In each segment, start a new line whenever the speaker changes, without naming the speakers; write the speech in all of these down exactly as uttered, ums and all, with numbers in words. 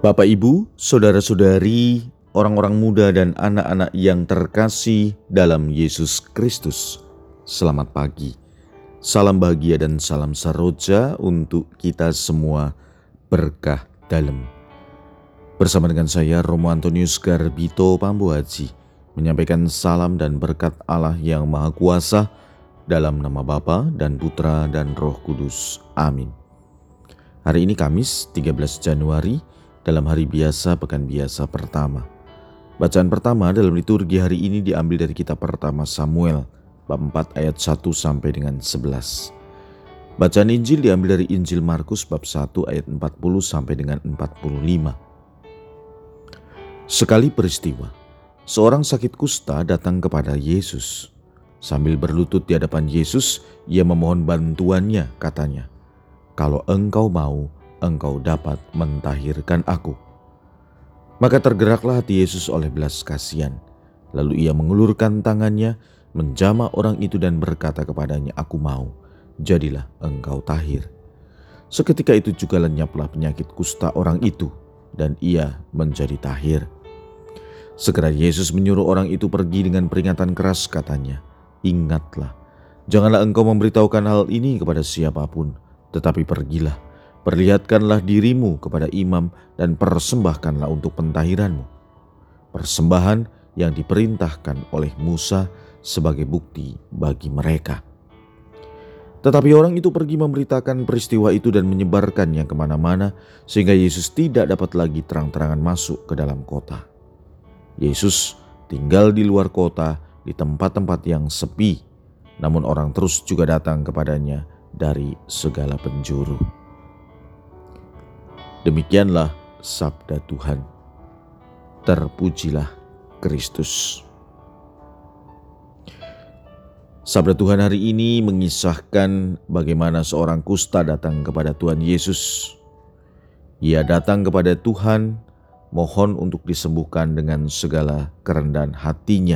Bapak, Ibu, saudara-saudari, orang-orang muda dan anak-anak yang terkasih dalam Yesus Kristus, selamat pagi. Salam bahagia dan salam saroja untuk kita semua, berkah dalam. Bersama dengan saya Romo Antonius Garbito Pambuaji menyampaikan salam dan berkat Allah yang Maha Kuasa dalam nama Bapa dan Putra dan Roh Kudus. Amin. Hari ini Kamis tiga belas Januari dalam hari biasa pekan biasa pertama. Bacaan pertama dalam liturgi hari ini diambil dari kitab pertama Samuel bab empat ayat satu sampai dengan sebelas. Bacaan Injil diambil dari Injil Markus bab satu ayat empat puluh sampai dengan empat puluh lima. Sekali peristiwa, seorang sakit kusta datang kepada Yesus. Sambil berlutut di hadapan Yesus, ia memohon bantuannya, katanya, "Kalau engkau mau, engkau dapat mentahirkan aku." Maka tergeraklah hati Yesus oleh belas kasihan. Lalu ia mengulurkan tangannya, menjamah orang itu dan berkata kepadanya, "Aku mau, jadilah engkau tahir." Seketika itu juga lenyaplah penyakit kusta orang itu, dan ia menjadi tahir. Segera Yesus menyuruh orang itu pergi dengan peringatan keras, katanya, "Ingatlah, janganlah engkau memberitahukan hal ini kepada siapapun, tetapi pergilah, perlihatkanlah dirimu kepada imam dan persembahkanlah untuk pentahiranmu, persembahan yang diperintahkan oleh Musa sebagai bukti bagi mereka." Tetapi orang itu pergi memberitakan peristiwa itu dan menyebarkannya kemana-mana, sehingga Yesus tidak dapat lagi terang-terangan masuk ke dalam kota. Yesus tinggal di luar kota, di tempat-tempat yang sepi, namun orang terus juga datang kepadanya dari segala penjuru. Demikianlah sabda Tuhan. Terpujilah Kristus. Sabda Tuhan hari ini mengisahkan bagaimana seorang kusta datang kepada Tuhan Yesus. Ia datang kepada Tuhan, mohon untuk disembuhkan dengan segala kerendahan hatinya.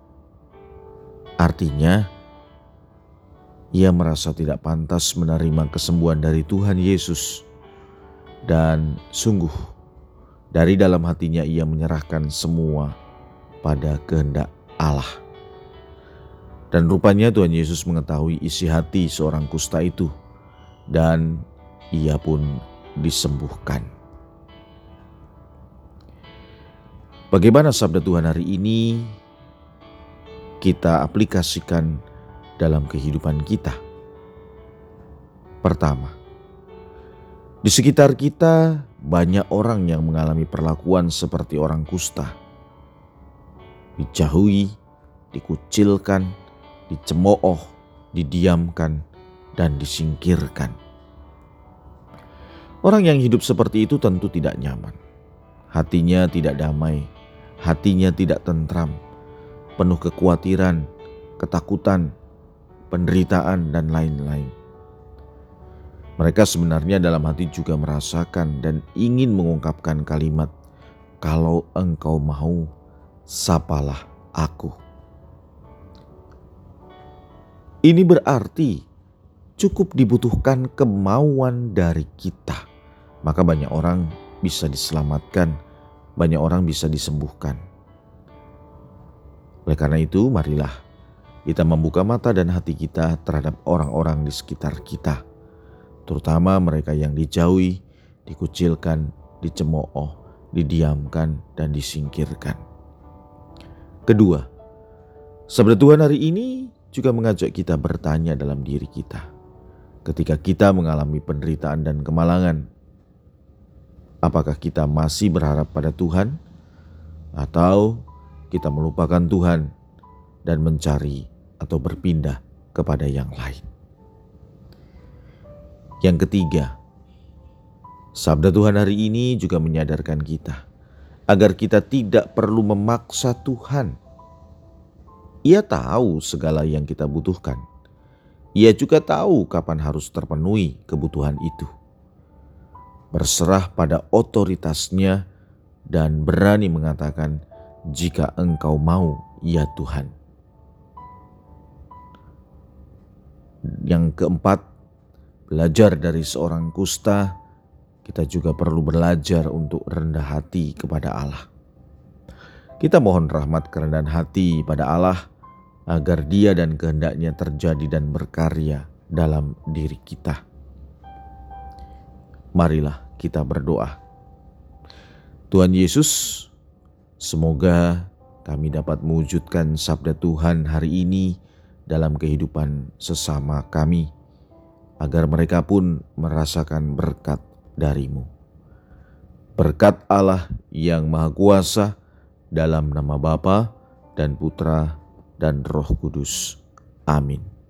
Artinya, ia merasa tidak pantas menerima kesembuhan dari Tuhan Yesus. Dan sungguh, dari dalam hatinya ia menyerahkan semua pada kehendak Allah. Dan rupanya Tuhan Yesus mengetahui isi hati seorang kusta itu, dan ia pun disembuhkan. Bagaimana sabda Tuhan hari ini kita aplikasikan dalam kehidupan kita? Pertama, di sekitar kita banyak orang yang mengalami perlakuan seperti orang kusta. Dijauhi, dikucilkan, dicemooh, didiamkan, dan disingkirkan. Orang yang hidup seperti itu tentu tidak nyaman. Hatinya tidak damai, hatinya tidak tentram, penuh kekhawatiran, ketakutan, penderitaan, dan lain-lain. Mereka sebenarnya dalam hati juga merasakan dan ingin mengungkapkan kalimat, "Kalau engkau mau, sapalah aku." Ini berarti cukup dibutuhkan kemauan dari kita, maka banyak orang bisa diselamatkan, banyak orang bisa disembuhkan. Oleh karena itu, marilah kita membuka mata dan hati kita terhadap orang-orang di sekitar kita, terutama mereka yang dijauhi, dikucilkan, dicemooh, didiamkan, dan disingkirkan. Kedua, sabda Tuhan hari ini juga mengajak kita bertanya dalam diri kita. Ketika kita mengalami penderitaan dan kemalangan, apakah kita masih berharap pada Tuhan, atau kita melupakan Tuhan dan mencari atau berpindah kepada yang lain? Yang ketiga, sabda Tuhan hari ini juga menyadarkan kita agar kita tidak perlu memaksa Tuhan. Ia tahu segala yang kita butuhkan. Ia juga tahu kapan harus terpenuhi kebutuhan itu. Berserah pada otoritasnya dan berani mengatakan, "Jika engkau mau, ya Tuhan." Yang keempat, belajar dari seorang kusta kita juga perlu belajar untuk rendah hati kepada Allah. Kita mohon rahmat kerendahan hati pada Allah agar Dia dan kehendaknya terjadi dan berkarya dalam diri kita. Marilah kita berdoa. Tuhan Yesus, semoga kami dapat mewujudkan sabda Tuhan hari ini dalam kehidupan sesama kami, agar mereka pun merasakan berkat dari-Mu. Berkat Allah yang Maha Kuasa, dalam nama Bapa dan Putra dan Roh Kudus. Amin.